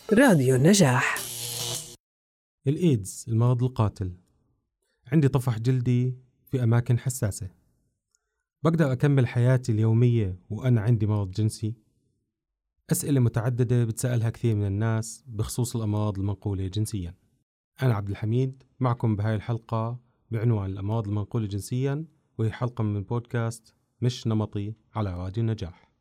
راديو النجاح. الإيدز المرض القاتل. عندي طفح جلدي في أماكن حساسة. بقدر أكمل حياتي اليومية وأنا عندي مرض جنسي؟ أسئلة متعددة بتسألها كثير من الناس بخصوص الأمراض المنقولة جنسيا. أنا عبد الحميد معكم بهاي الحلقة بعنوان الأمراض المنقولة جنسيا، وهي حلقة من بودكاست مش نمطي على راديو النجاح.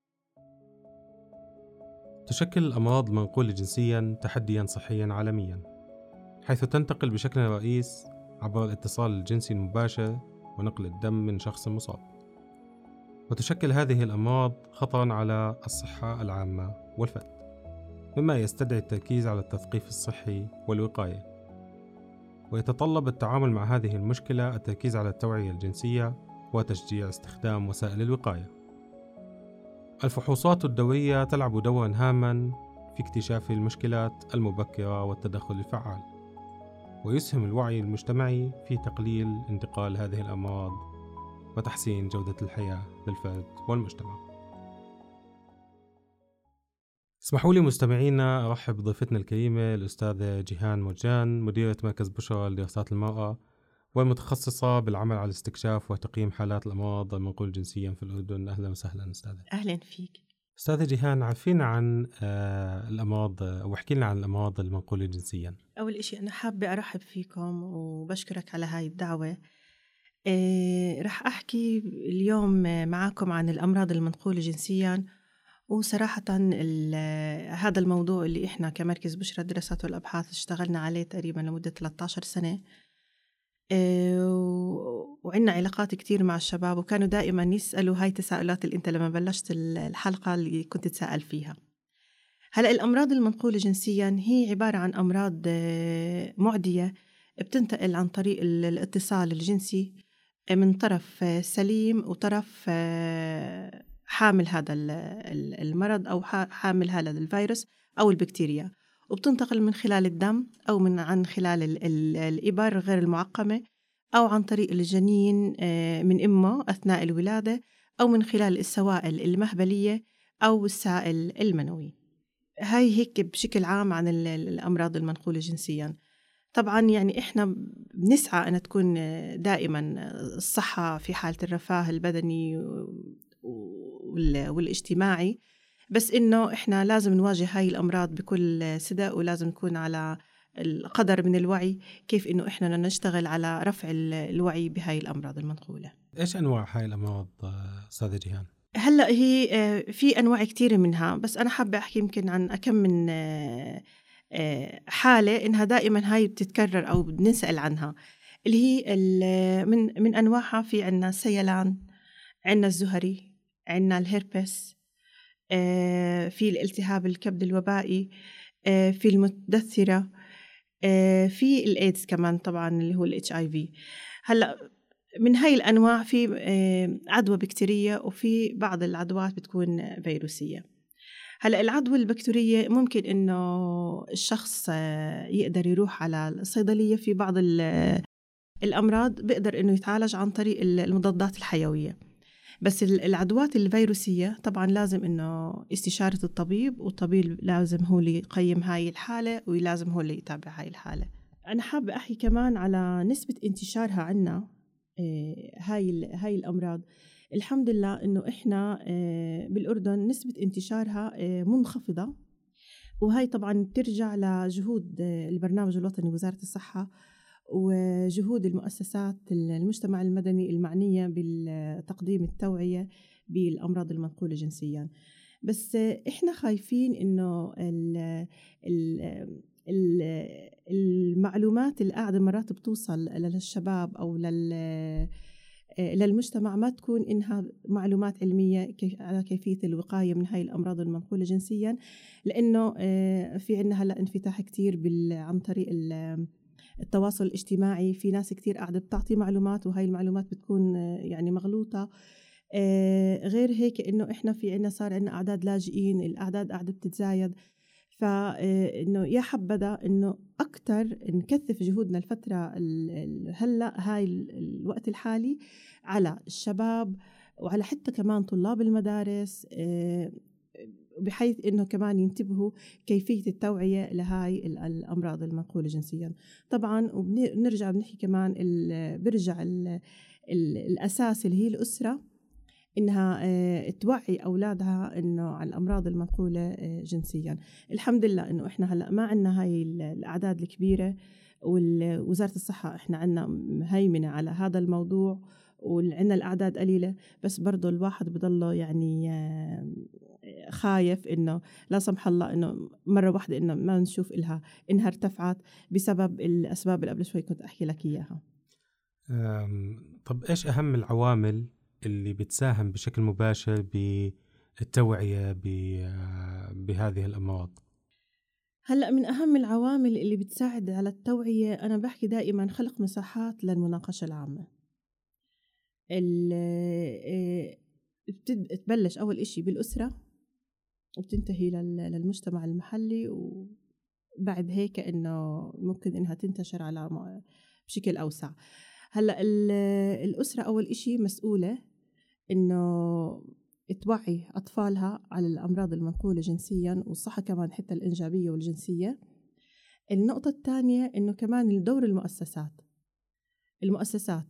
تشكل الأمراض المنقولة جنسيا تحديا صحيا عالميا، حيث تنتقل بشكل رئيس عبر الاتصال الجنسي المباشر ونقل الدم من شخص مصاب. وتشكل هذه الأمراض خطراً على الصحة العامة والفرد، مما يستدعي التركيز على التثقيف الصحي والوقاية. ويتطلب التعامل مع هذه المشكلة التركيز على التوعية الجنسية وتشجيع استخدام وسائل الوقاية. الفحوصات الدورية تلعب دوراً هاماً في اكتشاف المشكلات المبكرة والتدخل الفعال، ويسهم الوعي المجتمعي في تقليل انتقال هذه الأمراض وتحسين جودة الحياة للفرد والمجتمع. اسمحوا لي مستمعينا أرحب بضيفتنا الكريمة الأستاذة جيهان مرجان، مديرة مركز بشرى لدراسات المرأة والمتخصصة بالعمل على استكشاف وتقييم حالات الأمراض المنقولة جنسيا في الأردن. أهلا وسهلا أستاذة. أهلا فيك. أستاذة جيهان، عرفينا عن الأمراض أو احكي لنا عن الأمراض المنقولة جنسيا. أول إشي أنا حابة أرحب فيكم وبشكرك على هاي الدعوة. رح أحكي اليوم معاكم عن الأمراض المنقولة جنسيا، وصراحة هذا الموضوع اللي إحنا كمركز بشرى الدراسات والأبحاث اشتغلنا عليه تقريبا لمدة 13 سنة. وعندنا علاقات كتير مع الشباب، وكانوا دائما يسألوا هاي تساؤلات اللي أنت لما بلشت الحلقة اللي كنت تسأل فيها. هلأ الأمراض المنقولة جنسياً هي عبارة عن أمراض معدية بتنتقل عن طريق الاتصال الجنسي من طرف سليم وطرف حامل هذا المرض أو حامل هذا الفيروس أو البكتيريا، وبتنتقل من خلال الدم أو عن خلال الإبر غير المعقمة، أو عن طريق الجنين من أمه أثناء الولادة، أو من خلال السوائل المهبلية أو السائل المنوي. هاي هيك بشكل عام عن الأمراض المنقولة جنسياً. طبعاً يعني إحنا بنسعى أن تكون دائماً الصحة في حالة الرفاه البدني والاجتماعي، بس إنه إحنا لازم نواجه هاي الأمراض بكل صدق، ولازم نكون على القدر من الوعي كيف إنه إحنا نشتغل على رفع الوعي بهاي الأمراض المنقولة. إيش أنواع هاي الأمراض أستاذة جيهان؟ هلأ هي في أنواع كتيرة منها، بس أنا حابة أحكي يمكن عن أكم من حالة إنها دائما هاي بتتكرر أو بنسأل عنها، اللي هي من أنواعها في عنا السيلان، عنا الزهري، عنا الهربس، في الالتهاب الكبد الوبائي، في المتدثرة، في الإيدز كمان طبعا اللي هو الHIV. هلأ من هاي الأنواع في عدوى بكتيرية، وفي بعض العدوات بتكون فيروسية. هلأ العدوى البكتيرية ممكن إنه الشخص يقدر يروح على الصيدلية، في بعض الأمراض بيقدر إنه يتعالج عن طريق المضادات الحيوية. بس العدوات الفيروسية طبعا لازم إنه استشارة الطبيب، والطبيب لازم هو اللي يقيم هاي الحالة، ولازم هو اللي يتابع هاي الحالة. أنا حابة أحكي كمان على نسبة انتشارها عنا. هاي الأمراض الحمد لله إنه إحنا بالأردن نسبة انتشارها منخفضة، وهاي طبعاً ترجع لجهود البرنامج الوطني وزارة الصحة وجهود المؤسسات المجتمع المدني المعنية بالتقديم التوعية بالأمراض المنقولة جنسياً. بس إحنا خايفين إنه المعلومات اللي قاعدة مرات بتوصل للشباب أو للمجتمع ما تكون إنها معلومات علمية على كيفية الوقاية من هاي الأمراض المنقولة جنسياً، لأنه في عنا هلأ انفتاح كتير عن طريق التواصل الاجتماعي. في ناس كتير قاعدة بتعطي معلومات، وهاي المعلومات بتكون يعني مغلوطة. غير هيك إنه إحنا في عنا صار عنا أعداد لاجئين، الأعداد قاعدة بتتزايد، فإنه يا حبذا إنه أكتر نكثف جهودنا الفترة هلأ هاي الوقت الحالي على الشباب، وعلى حتى كمان طلاب المدارس، بحيث إنه كمان ينتبهوا كيفية التوعية لهاي الأمراض المنقولة جنسيا. طبعا وبنرجع بنحكي كمان برجع الأساس اللي هي الأسرة، إنها توعي أولادها إنه عن الأمراض المنقولة جنسيا. الحمد لله إنه إحنا هلأ ما عنا هاي الأعداد الكبيرة، ووزارة الصحة إحنا عنا مهيمنة على هذا الموضوع، وعندنا الأعداد قليلة، بس برضو الواحد بضله يعني خايف إنه لا سمح الله إنه مرة واحدة إنه ما نشوف إنها ارتفعت بسبب الأسباب اللي قبل شوي كنت أحكي لك إياها. طب إيش أهم العوامل اللي بتساهم بشكل مباشر بالتوعية بهذه الأمراض؟ هلأ من أهم العوامل اللي بتساعد على التوعية أنا بحكي دائما خلق مساحات للمناقشة العامة. بتبلش أول إشي بالأسرة وبتنتهي للمجتمع المحلي، وبعد هيك إنه ممكن إنها تنتشر على بشكل أوسع. هلأ الأسرة أول إشي مسؤولة إنه توعي أطفالها على الأمراض المنقولة جنسيا والصحة كمان حتى الإنجابية والجنسية. النقطة الثانية إنه كمان دور المؤسسات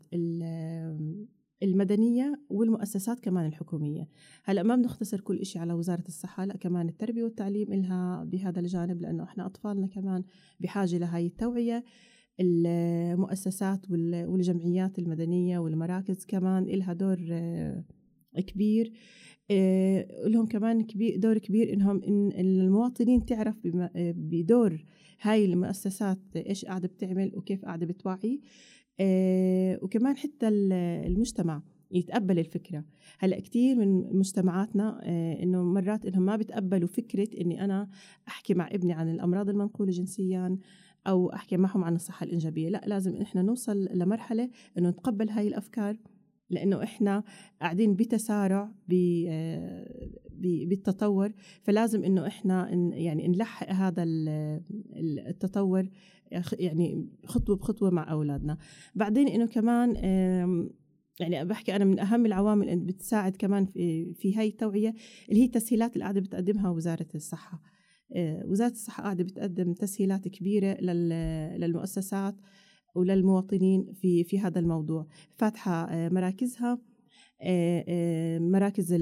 المدنية والمؤسسات كمان الحكومية. هلأ ما بنختصر كل إشي على وزارة الصحة، لا كمان التربية والتعليم إلها بهذا الجانب، لأنه إحنا أطفالنا كمان بحاجة لهاي التوعية. المؤسسات والجمعيات المدنية والمراكز كمان إلها دور كبير. لهم كمان دور كبير إن المواطنين تعرف بدور هاي المؤسسات إيش قاعدة بتعمل وكيف قاعدة بتوعي. وكمان حتى المجتمع يتقبل الفكرة. هلأ كتير من مجتمعاتنا إنه مرات إنهم ما بتقبلوا فكرة إني أنا أحكي مع ابني عن الأمراض المنقولة جنسيا أو أحكي معهم عن الصحة الإنجابية. لا، لازم إحنا نوصل لمرحلة إنه نتقبل هاي الأفكار، لأنه إحنا قاعدين بتسارع بالتطور، فلازم إنه إحنا يعني نلحق هذا التطور يعني خطوة بخطوة مع أولادنا. بعدين إنه كمان يعني بحكي أنا من أهم العوامل اللي بتساعد كمان في هاي التوعية اللي هي التسهيلات اللي قاعدة بتقدمها وزارة الصحة. وزارة الصحة قاعدة بتقدم تسهيلات كبيرة للمؤسسات وللمواطنين في هذا الموضوع. فاتحة مراكزها، مراكز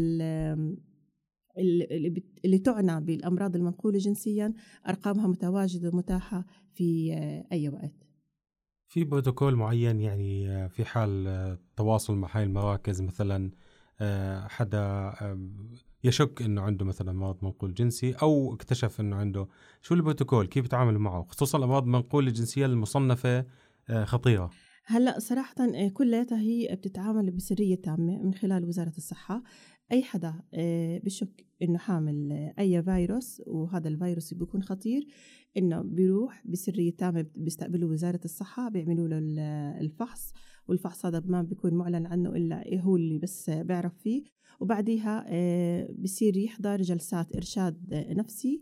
اللي تعنى بالأمراض المنقولة جنسيا، أرقامها متواجدة ومتاحة في أي وقت. في بروتوكول معين يعني في حال التواصل مع هاي المراكز، مثلا حدا يشك انه عنده مثلا مرض منقول جنسي او اكتشف انه عنده، شو البروتوكول كيف يتعامل معه، خصوصا الامراض المنقولة الجنسية المصنفة خطيرة؟ هلأ صراحة كلها هي بتتعامل بسرية تامة من خلال وزارة الصحة. أي حدا بشك إنه حامل أي فيروس وهذا الفيروس بيكون خطير، إنه بيروح بسرية تامة بيستقبلوا وزارة الصحة، بيعملوا له الفحص، والفحص هذا ما بيكون معلن عنه إلا هو اللي بس بيعرف فيه. وبعديها بصير يحضر جلسات إرشاد نفسي،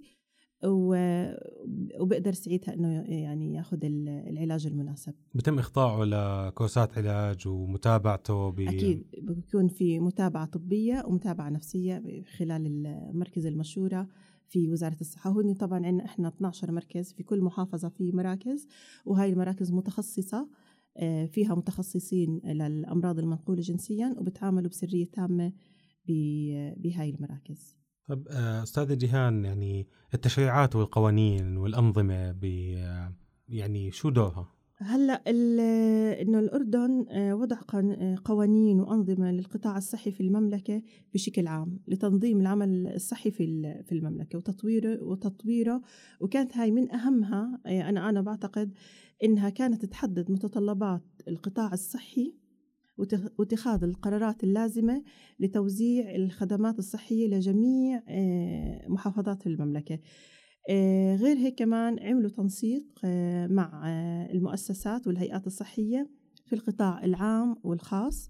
وبقدر ساعتها إنه يعني ياخد العلاج المناسب. بتم إخضاعه لكورسات علاج ومتابعته أكيد بيكون في متابعة طبية ومتابعة نفسية خلال المركز المشورة في وزارة الصحة. هون طبعا عندنا إحنا 12 مركز في كل محافظة، في مراكز، وهاي المراكز متخصصة فيها متخصصين للأمراض المنقولة جنسيا وبتعاملوا بسرية تامة بهاي المراكز. طب أستاذ جيهان، يعني التشريعات والقوانين والأنظمة يعني شو دورها؟ هلأ إنه الأردن وضع قوانين وأنظمة للقطاع الصحي في المملكة بشكل عام لتنظيم العمل الصحي في المملكة وتطويره. وكانت هاي من أهمها، أنا بعتقد إنها كانت تحدد متطلبات القطاع الصحي واتخاذ القرارات اللازمة لتوزيع الخدمات الصحية لجميع محافظات المملكة. غير هيك كمان عملوا تنسيق مع المؤسسات والهيئات الصحية في القطاع العام والخاص.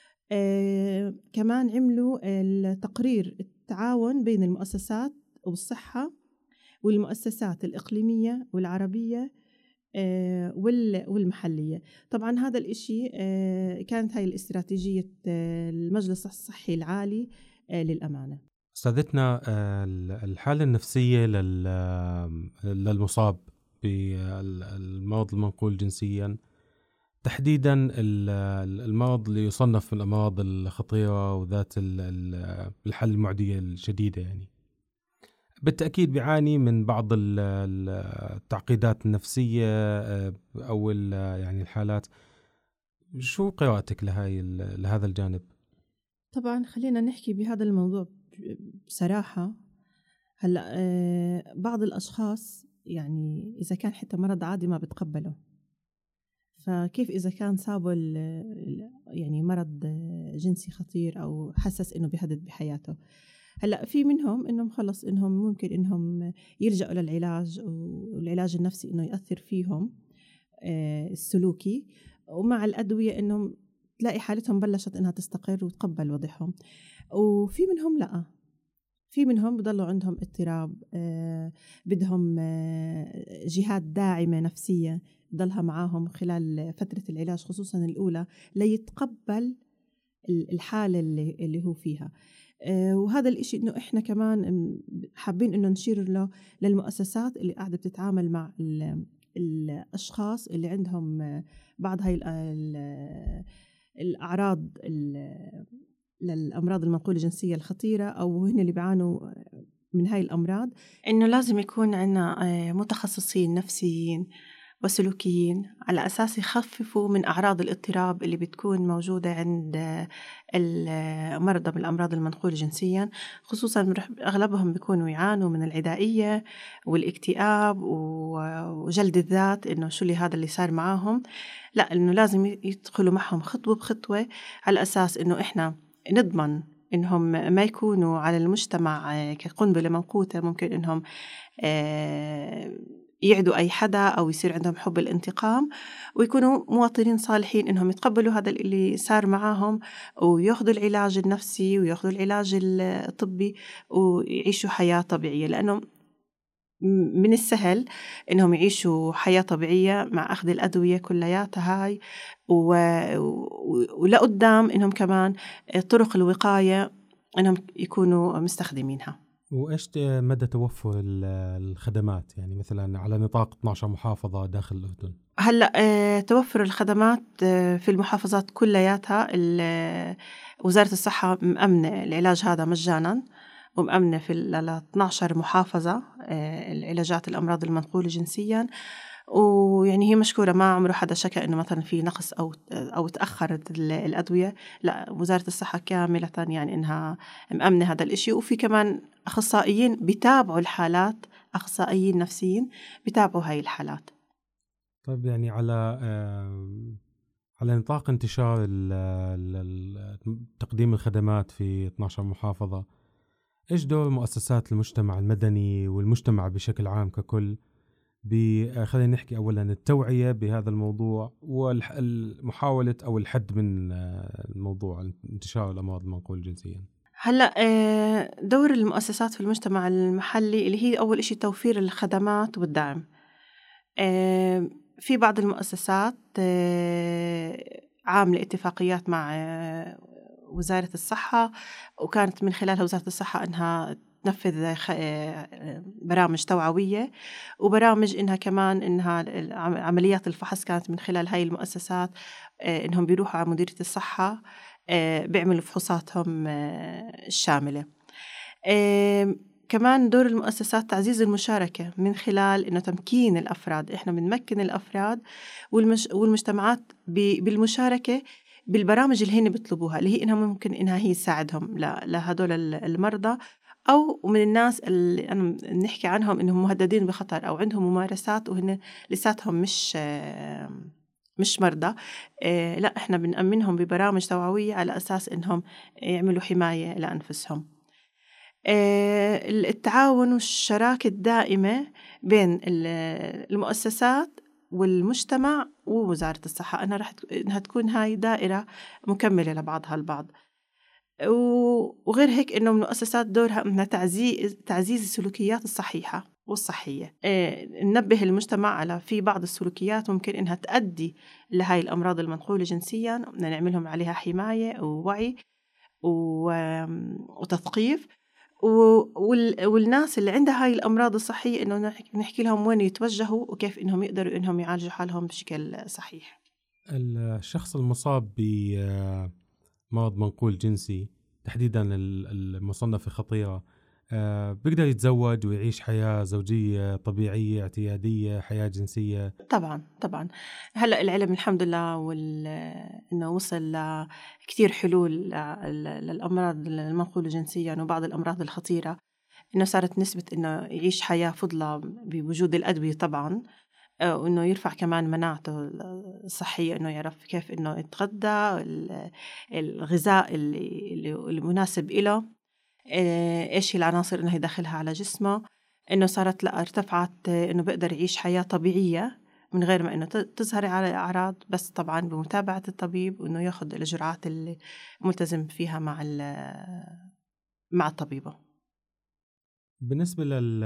كمان عملوا التقرير التعاون بين المؤسسات والصحة والمؤسسات الإقليمية والعربية والمحلية. طبعا هذا الإشي كانت هاي الاستراتيجية المجلس الصحي العالي للأمانة. أستاذتنا، الحالة النفسية للمصاب بالمرض المنقول جنسيا، تحديدا المرض اللي يصنف من الأمراض الخطيرة وذات الحالة المعدية الشديدة، يعني بالتأكيد بيعاني من بعض التعقيدات النفسية أو يعني الحالات. شو قراءتك لهذا الجانب؟ طبعا خلينا نحكي بهذا الموضوع بصراحة. هلأ بعض الأشخاص يعني إذا كان حتى مرض عادي ما بتقبله، فكيف إذا كان صابه يعني مرض جنسي خطير أو حسس إنه بيهدد بحياته. هلأ في منهم إنهم خلص إنهم ممكن إنهم يلجأوا للعلاج، والعلاج النفسي إنه يأثر فيهم السلوكي، ومع الأدوية إنهم تلاقي حالتهم بلشت إنها تستقر وتقبل وضعهم. وفي منهم لأ، في منهم بضلوا عندهم اضطراب، بدهم جهات داعمة نفسية ضلها معاهم خلال فترة العلاج خصوصا الأولى ليتقبل الحالة اللي هو فيها. وهذا الإشي إنه إحنا كمان حابين إنه نشير له للمؤسسات اللي قاعدة بتتعامل مع الأشخاص اللي عندهم بعض هاي الأعراض للأمراض المنقولة الجنسية الخطيرة، أو هن اللي بيعانوا من هاي الأمراض، إنه لازم يكون عنا متخصصين نفسيين وسلوكيين على أساس يخففوا من أعراض الاضطراب اللي بتكون موجودة عند المرضى بالأمراض المنقولة جنسيا، خصوصا أغلبهم بيكونوا يعانوا من العدائية والاكتئاب وجلد الذات، إنه شو اللي هذا اللي صار معاهم. لا، إنه لازم يدخلوا معهم خطوة بخطوة على أساس إنه إحنا نضمن إنهم ما يكونوا على المجتمع كقنبلة موقوتة، ممكن إنهم يعدوا أي حدا أو يصير عندهم حب الانتقام، ويكونوا مواطنين صالحين إنهم يتقبلوا هذا اللي صار معاهم ويأخذوا العلاج النفسي ويأخذوا العلاج الطبي ويعيشوا حياة طبيعية. لأنه من السهل إنهم يعيشوا حياة طبيعية مع أخذ الأدوية كلياتها هاي، ولقدام إنهم كمان طرق الوقاية إنهم يكونوا مستخدمينها. وإيش مدى توفر الخدمات، يعني مثلا على نطاق 12 محافظة داخل الأردن؟ هلأ توفر الخدمات في المحافظات كلياتها. وزارة الصحة مأمنة العلاج هذا مجانا، ومأمنة في 12 محافظة العلاجات الأمراض المنقولة جنسيا. ويعني هي مشكورة، ما عمره حدا شكى إنه مثلا في نقص أو تأخرت الأدوية. لا، وزارة الصحة كاملة يعني إنها مأمنة هذا الإشي. وفي كمان أخصائيين بيتابعوا الحالات، أخصائيين نفسيين بيتابعوا هاي الحالات. طيب، يعني على نطاق انتشار تقديم الخدمات في 12 محافظة، إيش دور مؤسسات المجتمع المدني والمجتمع بشكل عام ككل خلينا نحكي أولا التوعية بهذا الموضوع والمحاولة أو الحد من الموضوع انتشار الأمراض المنقولة جنسيا؟ هلأ دور المؤسسات في المجتمع المحلي اللي هي أول إشي توفير الخدمات والدعم. في بعض المؤسسات عاملة اتفاقيات مع وزارة الصحة، وكانت من خلالها وزارة الصحة أنها تنفذ برامج توعوية، وبرامج إنها كمان إنها عمليات الفحص كانت من خلال هاي المؤسسات، إنهم بيروحوا على مديرية الصحة بيعملوا فحوصاتهم الشاملة. كمان دور المؤسسات تعزيز المشاركة من خلال إنه تمكين الأفراد. إحنا بنمكن الأفراد والمجتمعات بالمشاركة بالبرامج اللي هن بيطلبوها، اللي هي إنها ممكن إنها هي تساعدهم لهدول المرضى، أو من الناس اللي أنا نحكي عنهم إنهم مهددين بخطر أو عندهم ممارسات وهن لساتهم مش مرضى. لا، إحنا بنأمنهم ببرامج توعوية على أساس إنهم يعملوا حماية لأنفسهم. التعاون والشراكة الدائمة بين المؤسسات والمجتمع ووزارة الصحة، إنها تكون هاي دائرة مكملة لبعضها البعض. وغير هيك إنه المؤسسات دورها إنها تعزيز السلوكيات الصحيحة والصحية. ننبه المجتمع على في بعض السلوكيات ممكن إنها تؤدي لهاي الأمراض المنقولة جنسيا، نعملهم عليها حماية ووعي وتثقيف. والناس اللي عندها هاي الأمراض الصحية إنه نحكي لهم وين يتوجهوا وكيف إنهم يقدروا إنهم يعالجوا حالهم بشكل صحيح. الشخص المصاب بمرض منقول جنسي تحديدا المصنف خطيرة بيقدر يتزوج ويعيش حياة زوجية طبيعية اعتيادية، حياة جنسية؟ طبعا هلأ العلم الحمد لله إنه وصل لكتير حلول للأمراض المنقولة جنسيا وبعض الأمراض الخطيرة، إنه صارت نسبة إنه يعيش حياة فضلة بوجود الأدوية طبعا، وإنه يرفع كمان مناعته الصحية، إنه يعرف كيف إنه يتغذى، الغذاء اللي مناسب إله، إيش هي العناصر إنه يدخلها على جسمه، إنه صارت لا ارتفعت إنه بقدر يعيش حياة طبيعية من غير ما إنه تظهر على أعراض، بس طبعا بمتابعة الطبيب وإنه ياخد الإجراءات اللي ملتزم فيها مع الطبيبة. بالنسبة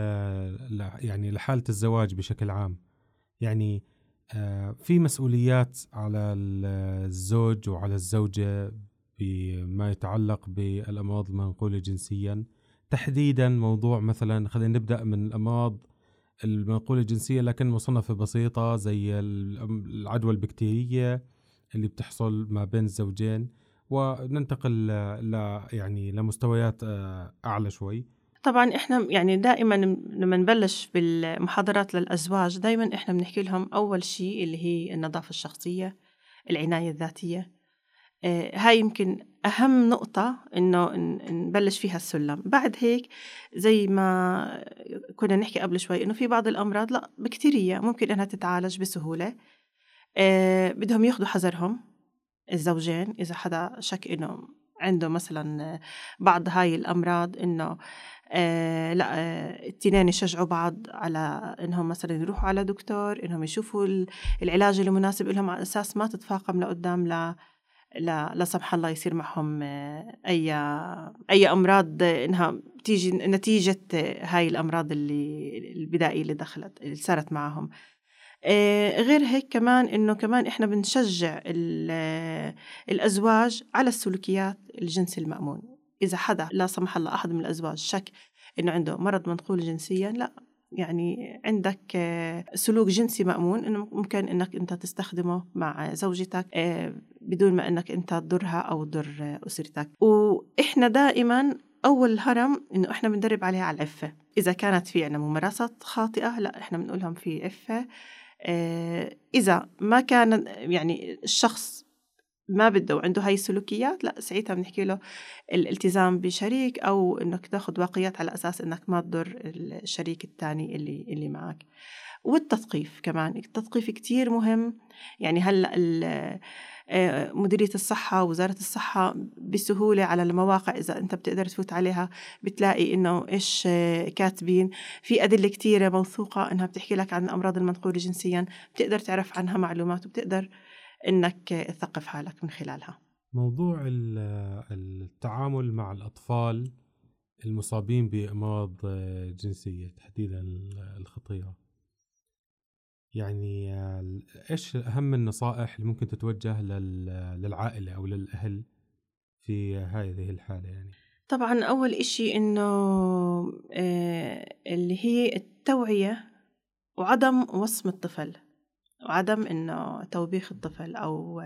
يعني لحالة الزواج بشكل عام، يعني في مسؤوليات على الزوج وعلى الزوجة بما يتعلق بالأمراض المنقولة جنسيا، تحديدا موضوع مثلا خلينا نبدأ من الأمراض المنقولة جنسيا لكن مصنفة بسيطة زي العدوى البكتيرية اللي بتحصل ما بين الزوجين، وننتقل يعني لمستويات أعلى شوي. طبعا إحنا يعني دائما لما نبلش بالمحاضرات للأزواج دائما إحنا بنحكي لهم أول شيء اللي هي النظافة الشخصية، العناية الذاتية. هاي يمكن أهم نقطة إنه نبلش فيها السلم. بعد هيك زي ما كنا نحكي قبل شوي إنه في بعض الأمراض لا بكتيرية ممكن إنها تتعالج بسهولة، بدهم ياخدوا حذرهم الزوجين إذا حدا شك إنه عنده مثلا بعض هاي الأمراض، إنه لا التنين يشجعوا بعض على إنهم مثلا يروحوا على دكتور، إنهم يشوفوا العلاج اللي مناسب لهم على أساس ما تتفاقم لقدام لا سمح الله يصير معهم أي أمراض إنها بتيجي نتيجة هاي الأمراض البدائية اللي صارت معهم. غير هيك كمان إنه كمان إحنا بنشجع الأزواج على السلوكيات الجنس المأمون. إذا حدا لا سمح الله أحد من الأزواج شك إنه عنده مرض منقول جنسيا، لا يعني عندك سلوك جنسي مأمون إنه ممكن إنك أنت تستخدمه مع زوجتك بدون ما إنك أنت تضرها أو تضر أسرتك. وإحنا دائما أول هرم إنه إحنا بندرب عليها على العفة. إذا كانت في عنا ممارسات خاطئة لا إحنا بنقولهم في عفة. إذا ما كان يعني الشخص ما بده وعنده هاي السلوكيات لا ساعتها بنحكي له الالتزام بشريك أو إنك تاخد واقيات على أساس إنك ما تضر الشريك التاني اللي معك. والتثقيف كمان، التثقيف كتير مهم. يعني هلأ مديرية الصحة ووزارة الصحة بسهولة على المواقع إذا أنت بتقدر تفوت عليها بتلاقي إنه إيش كاتبين في أدلة كتيرة موثوقة إنها بتحكي لك عن الأمراض المنقولة جنسيا، بتقدر تعرف عنها معلومات وبتقدر إنك تثقف حالك من خلالها. موضوع التعامل مع الأطفال المصابين بأمراض جنسية تحديدا الخطيرة، يعني إيش أهم النصائح اللي ممكن تتوجه للعائلة أو للأهل في هذه الحالة؟ يعني طبعا أول إشي إنه اللي هي التوعية وعدم وصم الطفل وعدم إنه توبيخ الطفل أو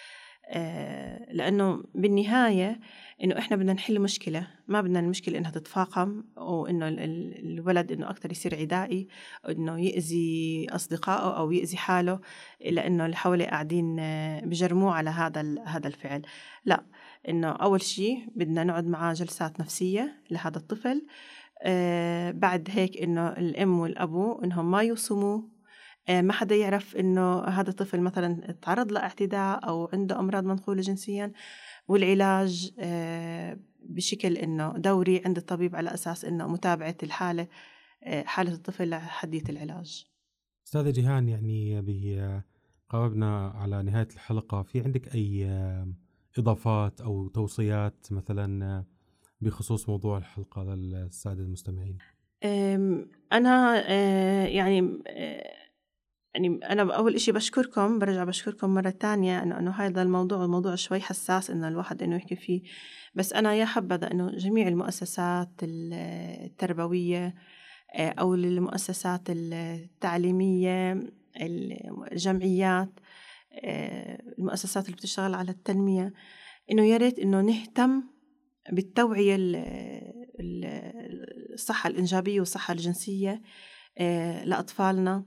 لأنه بالنهاية إنه إحنا بدنا نحل مشكلة، ما بدنا المشكلة إنها تتفاقم وإنه الولد إنه أكتر يصير عدائي، إنه يأذي أصدقائه أو يأذي حاله لأنه اللي حوله قاعدين بجرموه على هذا الفعل. لا، إنه أول شيء بدنا نقعد معاه جلسات نفسية لهذا الطفل. بعد هيك إنه الأم والأبو إنهم ما يوصموه، ما حدا يعرف إنه هذا الطفل مثلا تعرض لاعتداء أو عنده أمراض منقولة جنسيا، والعلاج بشكل إنه دوري عند الطبيب على أساس إنه متابعة الحالة، حالة الطفل لحديث العلاج. أستاذة جيهان، يعني قربنا على نهاية الحلقة، في عندك أي إضافات أو توصيات مثلا بخصوص موضوع الحلقة للسادة المستمعين؟ أنا يعني يعني أنا أول إشي برجع بشكركم مرة تانية إنه هذا الموضوع شوي حساس إنه الواحد إنه يحكي فيه. بس أنا يا حبذا إنه جميع المؤسسات التربوية أو المؤسسات التعليمية، الجمعيات، المؤسسات اللي بتشتغل على التنمية، إنه ياريت إنه نهتم بالتوعية الصحة الإنجابية والصحة الجنسية لأطفالنا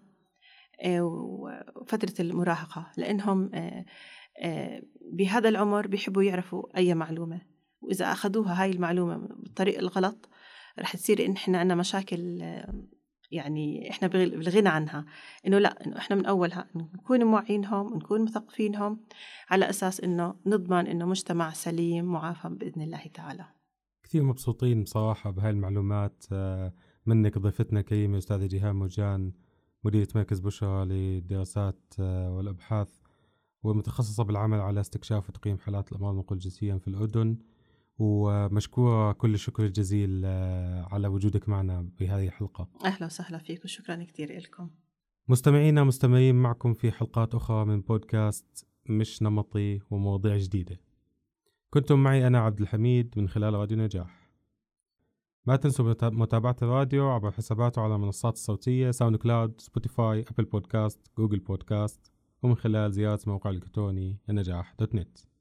وفترة المراهقة، لأنهم بهذا العمر بيحبوا يعرفوا أي معلومة، وإذا أخذوها هاي المعلومة بالطريق الغلط رح تصير إن إحنا عنا مشاكل يعني إحنا بالغنى عنها. إنه لا، إنه إحنا من أولها نكون موعينهم ونكون مثقفينهم على أساس إنه نضمن إنه مجتمع سليم معافى بإذن الله تعالى. كثير مبسوطين بصراحة بهاي المعلومات منك ضيفتنا كريمة أستاذة جيهان موجان، مديرة مركز بشرى للدراسات والأبحاث، ومتخصصة بالعمل على استكشاف وتقييم حالات الأمراض المنقولة جنسيا في الأردن. ومشكورة كل الشكر الجزيل على وجودك معنا بهذه الحلقة. أهلا وسهلا فيك وشكرا كتير لكم. مستمعينا مستمرين معكم في حلقات أخرى من بودكاست مش نمطي ومواضيع جديدة. كنتم معي أنا عبد الحميد من خلال راديو نجاح. ما تنسوا متابعة الراديو عبر حساباته على المنصات الصوتية ساوند كلاود، سبوتيفاي، أبل بودكاست، جوجل بودكاست، ومن خلال زيارة موقع الإلكتروني النجاح.net.